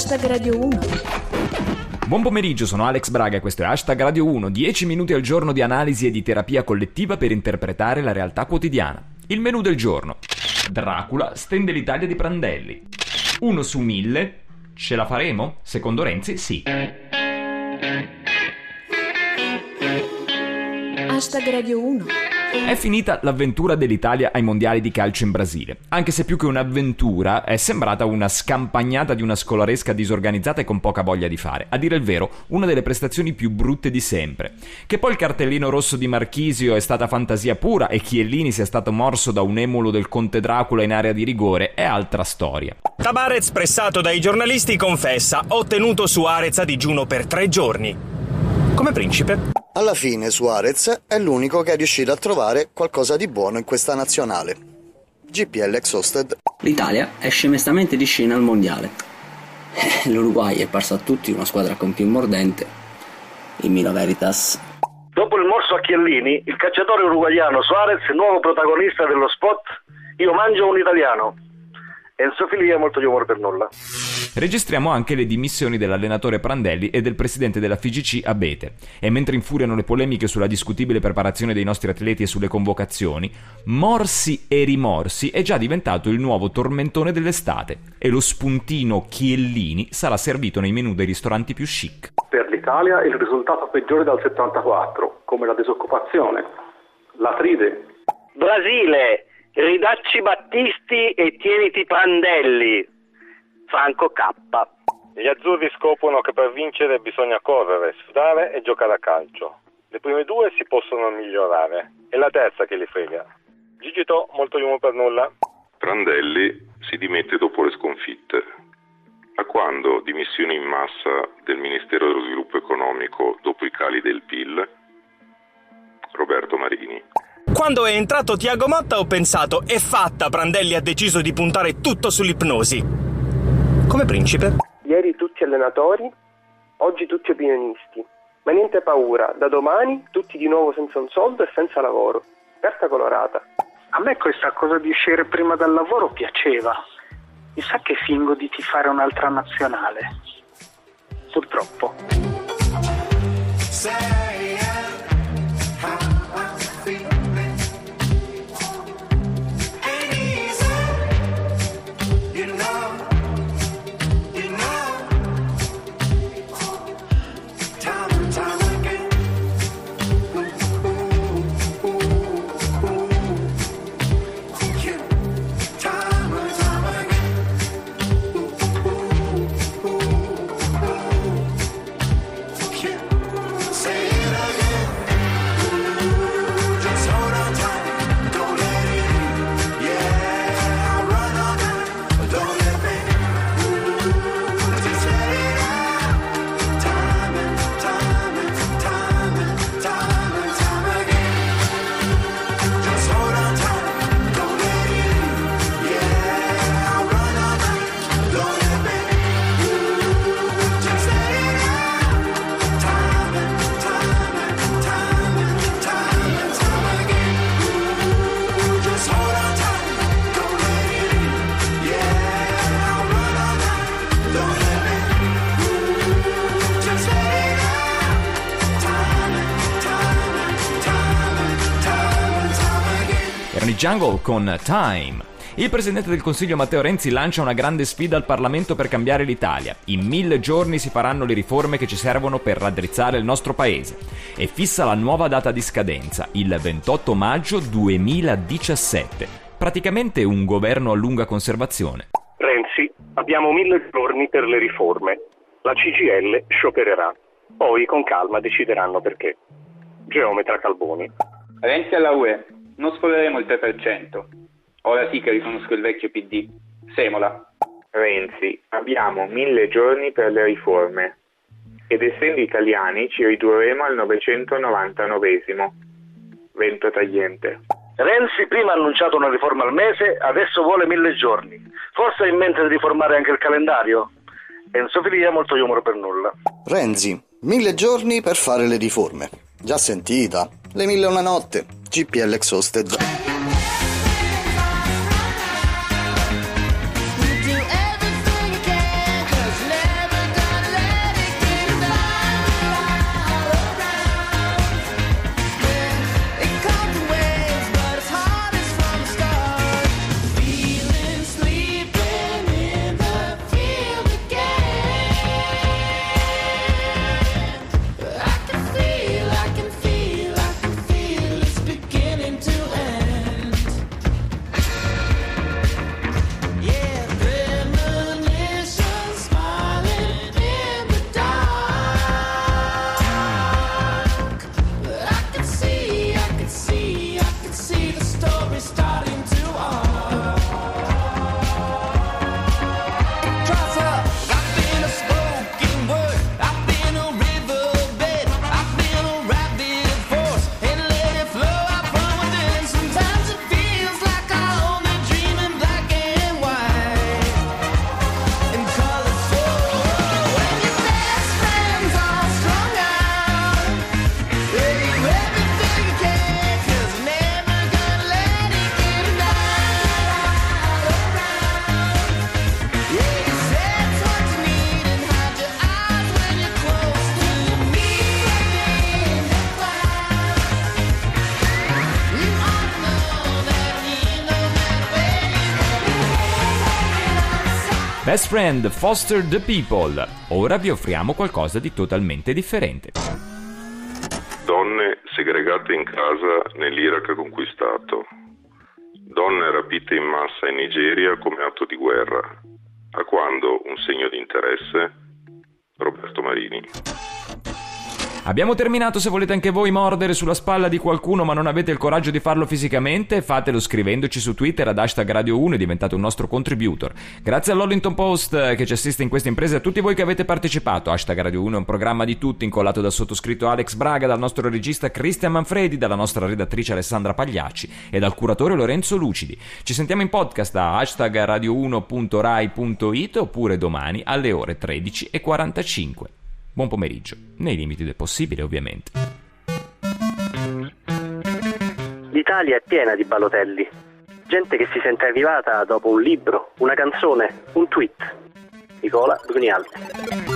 Radio 1. Buon pomeriggio, sono Alex Braga e questo è Hashtag Radio 1, 10 minuti al giorno di analisi e di terapia collettiva per interpretare la realtà quotidiana. Il menù del giorno. Dracula stende l'Italia di Prandelli. 1 su 1000. Ce la faremo? Secondo Renzi, sì. Hashtag Radio 1. È finita l'avventura dell'Italia ai mondiali di calcio in Brasile, anche se più che un'avventura è sembrata una scampagnata di una scolaresca disorganizzata e con poca voglia di fare. A dire il vero, una delle prestazioni più brutte di sempre. Che poi il cartellino rosso di Marchisio è stata fantasia pura e Chiellini sia stato morso da un emulo del conte Dracula in area di rigore è altra storia. Tabarez, pressato dai giornalisti, confessa: ho tenuto Suarez a digiuno per 3 giorni. Come principe. Alla fine Suarez è l'unico che è riuscito a trovare qualcosa di buono in questa nazionale. GPL Exhausted. L'Italia esce mestamente di scena al mondiale. L'Uruguay è parso a tutti una squadra con più mordente. In Milo Veritas. Dopo il morso a Chiellini, il calciatore uruguaiano Suarez, nuovo protagonista dello spot Io mangio un italiano. Enzo Filia, molto di umore per nulla. Registriamo anche le dimissioni dell'allenatore Prandelli e del presidente della FIGC Abete. E mentre infuriano le polemiche sulla discutibile preparazione dei nostri atleti e sulle convocazioni, morsi e rimorsi è già diventato il nuovo tormentone dell'estate e lo spuntino Chiellini sarà servito nei menù dei ristoranti più chic. Per l'Italia il risultato peggiore dal 74, come la disoccupazione, l'atride. Brasile, ridacci Battisti e tieniti Prandelli. Franco K. Gli azzurri scoprono che per vincere bisogna correre, sudare e giocare a calcio. Le prime 2 si possono migliorare, è la terza che li frega. Gigito, molto umore per nulla. Prandelli si dimette dopo le sconfitte. A quando dimissioni in massa del Ministero dello Sviluppo Economico dopo i cali del PIL? Roberto Marini. Quando è entrato Thiago Motta ho pensato: è fatta, Prandelli ha deciso di puntare tutto sull'ipnosi. Come principe. Ieri tutti allenatori, oggi tutti opinionisti. Ma niente paura, da domani tutti di nuovo senza un soldo e senza lavoro. Carta colorata. A me questa cosa di uscire prima dal lavoro piaceva. Mi sa che fingo di tifare un'altra nazionale. Purtroppo. Jungle con Time. Il presidente del Consiglio Matteo Renzi lancia una grande sfida al Parlamento per cambiare l'Italia. In 1000 giorni si faranno le riforme che ci servono per raddrizzare il nostro paese. E fissa la nuova data di scadenza, il 28 maggio 2017. Praticamente un governo a lunga conservazione. Renzi, abbiamo 1000 giorni per le riforme. La CGIL sciopererà. Poi con calma decideranno perché. Geometra Calboni. Renzi alla UE. Non sfoderemo il 3%. Ora sì che riconosco il vecchio PD. Semola. Renzi, abbiamo 1000 giorni per le riforme. Ed essendo italiani ci ridurremo al 999esimo. Vento tagliente. Renzi prima ha annunciato una riforma al mese, adesso vuole 1000 giorni. Forse ha in mente di riformare anche il calendario? Enzo Filia, molto umore per nulla. Renzi, 1000 giorni per fare le riforme. Già sentita. Le 1001 notte. GPL Exhausted. You do everything you can, 'cause Best Friend, Foster the People. Ora vi offriamo qualcosa di totalmente differente. Donne segregate in casa nell'Iraq conquistato. Donne rapite in massa in Nigeria come atto di guerra. A quando un segno di interesse? Roberto Marini. Abbiamo terminato. Se volete anche voi mordere sulla spalla di qualcuno ma non avete il coraggio di farlo fisicamente, fatelo scrivendoci su Twitter ad #Radio1 e diventate un nostro contributor. Grazie all'Hollington Post che ci assiste in questa impresa e a tutti voi che avete partecipato. #Radio1 è un programma di tutti, incollato dal sottoscritto Alex Braga, dal nostro regista Cristian Manfredi, dalla nostra redattrice Alessandra Pagliacci e dal curatore Lorenzo Lucidi. Ci sentiamo in podcast a #radio1.rai.it oppure domani alle ore 13:45. Buon pomeriggio, nei limiti del possibile ovviamente. L'Italia è piena di Balotelli. Gente che si sente arrivata dopo un libro, una canzone, un tweet. Nicola Brunialti.